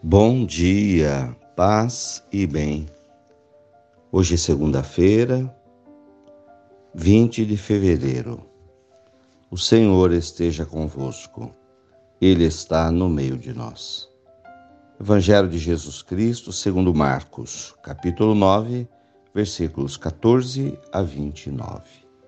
Bom dia, paz e bem. Hoje é segunda-feira, 20 de fevereiro. O Senhor esteja convosco. Ele está no meio de nós. Evangelho de Jesus Cristo, segundo Marcos, capítulo 9, versículos 14 a 29.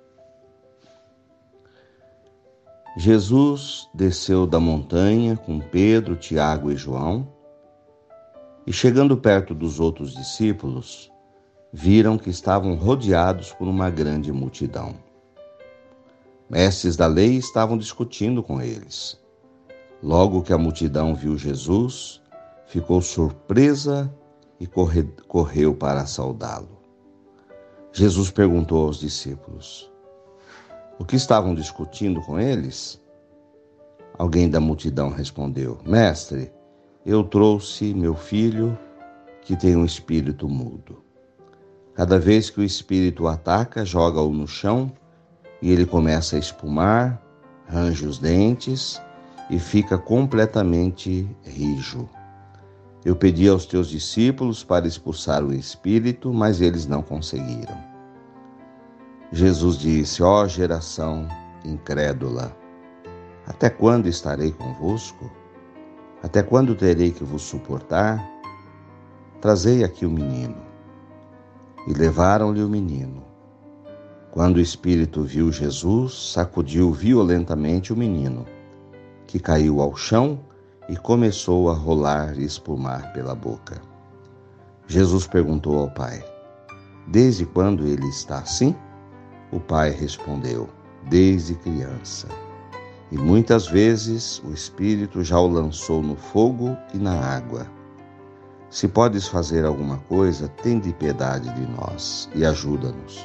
Jesus desceu da montanha com Pedro, Tiago e João, e chegando perto dos outros discípulos, viram que estavam rodeados por uma grande multidão. Mestres da lei estavam discutindo com eles. Logo que a multidão viu Jesus, ficou surpresa e correu para saudá-lo. Jesus perguntou aos discípulos: o que estavam discutindo com eles? Alguém da multidão respondeu: Mestre, eu trouxe meu filho que tem um espírito mudo. Cada vez que o espírito o ataca, joga-o no chão e ele começa a espumar, range os dentes e fica completamente rijo. Eu pedi aos teus discípulos para expulsar o espírito, mas eles não conseguiram. Jesus disse: ó geração incrédula, até quando estarei convosco? Até quando terei que vos suportar? Trazei aqui o menino. E levaram-lhe o menino. Quando o espírito viu Jesus, sacudiu violentamente o menino, que caiu ao chão e começou a rolar e espumar pela boca. Jesus perguntou ao pai: desde quando ele está assim? O pai respondeu: desde criança. E muitas vezes o Espírito já o lançou no fogo e na água. Se podes fazer alguma coisa, tende piedade de nós e ajuda-nos.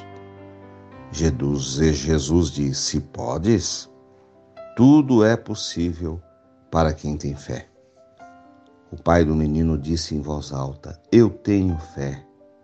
Jesus disse: podes? Tudo é possível para quem tem fé. O pai do menino disse em voz alta: eu tenho fé,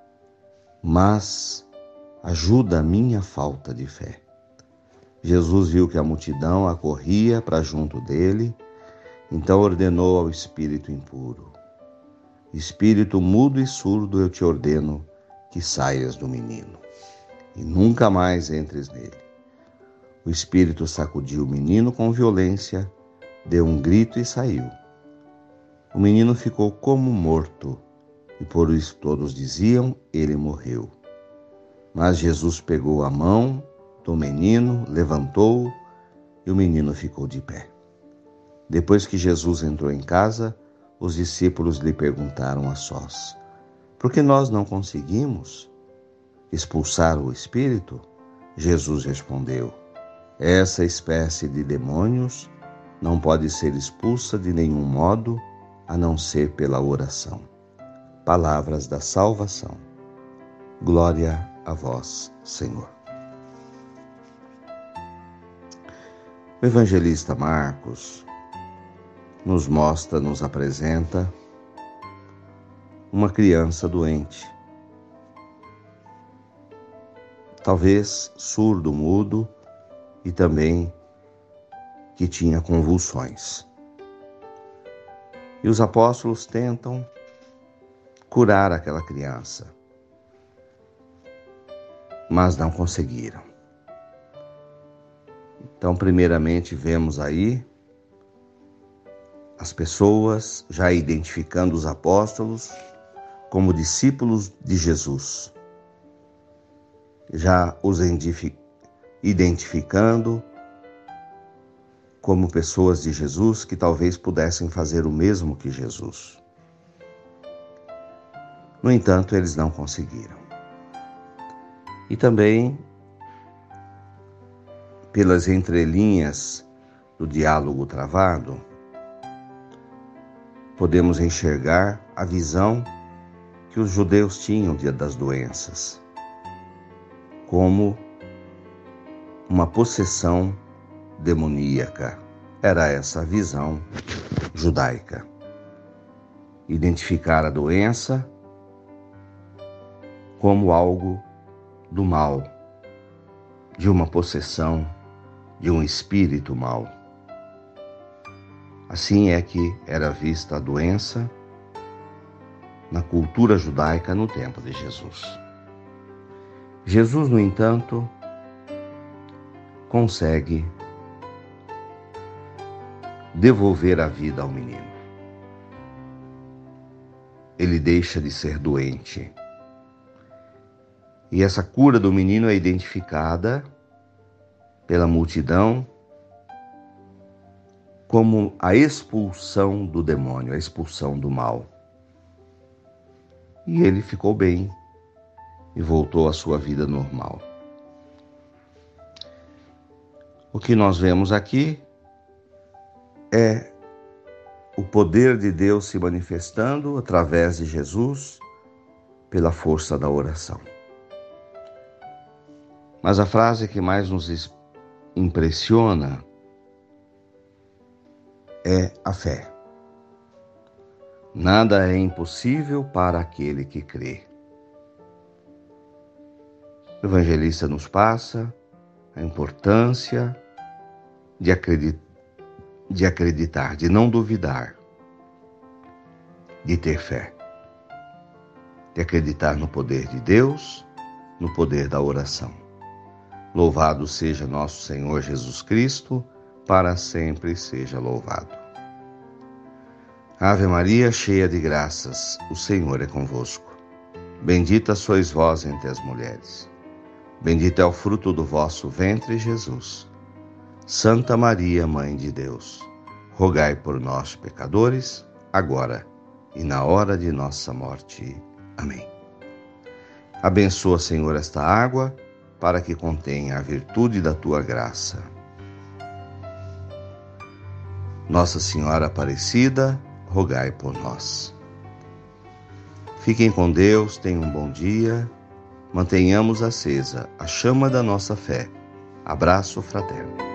mas ajuda a minha falta de fé. Jesus viu que a multidão acorria para junto dele, então ordenou ao espírito impuro: espírito mudo e surdo, eu te ordeno que saias do menino e nunca mais entres nele. O espírito sacudiu o menino com violência, deu um grito e saiu. O menino ficou como morto, e por isso todos diziam: ele morreu. Mas Jesus pegou a mão do menino, levantou-o e o menino ficou de pé. Depois que Jesus entrou em casa, os discípulos lhe perguntaram a sós: por que nós não conseguimos expulsar o espírito? Jesus respondeu: essa espécie de demônios não pode ser expulsa de nenhum modo, a não ser pela oração. Palavras da salvação. Glória a vós, Senhor. O evangelista Marcos nos apresenta uma criança doente, talvez surdo, mudo, e também que tinha convulsões. E os apóstolos tentam curar aquela criança, mas não conseguiram. Então, primeiramente, vemos aí as pessoas já identificando os apóstolos como discípulos de Jesus, já os identificando como pessoas de Jesus que talvez pudessem fazer o mesmo que Jesus. No entanto, eles não conseguiram. E também, pelas entrelinhas do diálogo travado, podemos enxergar a visão que os judeus tinham das doenças, como uma possessão demoníaca. Era essa a visão judaica. Identificar a doença como algo do mal, de uma possessão, de um espírito mau. Assim é que era vista a doença na cultura judaica no tempo de Jesus. Jesus, no entanto, consegue devolver a vida ao menino. Ele deixa de ser doente. E essa cura do menino é identificada pela multidão como a expulsão do demônio, a expulsão do mal. E ele ficou bem e voltou à sua vida normal. O que nós vemos aqui é o poder de Deus se manifestando através de Jesus pela força da oração. Mas a frase que mais nos impressiona é a fé. Nada é impossível para aquele que crê. O evangelista nos passa a importância de acreditar, de não duvidar, de ter fé, de acreditar no poder de Deus, no poder da oração. Louvado seja nosso Senhor Jesus Cristo, para sempre seja louvado. Ave Maria, cheia de graças, o Senhor é convosco. Bendita sois vós entre as mulheres. Bendito é o fruto do vosso ventre, Jesus. Santa Maria, Mãe de Deus, rogai por nós, pecadores, agora e na hora de nossa morte. Amém. Abençoa, Senhor, esta água, para que contenha a virtude da tua graça. Nossa Senhora Aparecida, rogai por nós. Fiquem com Deus, tenham um bom dia, mantenhamos acesa a chama da nossa fé. Abraço fraterno.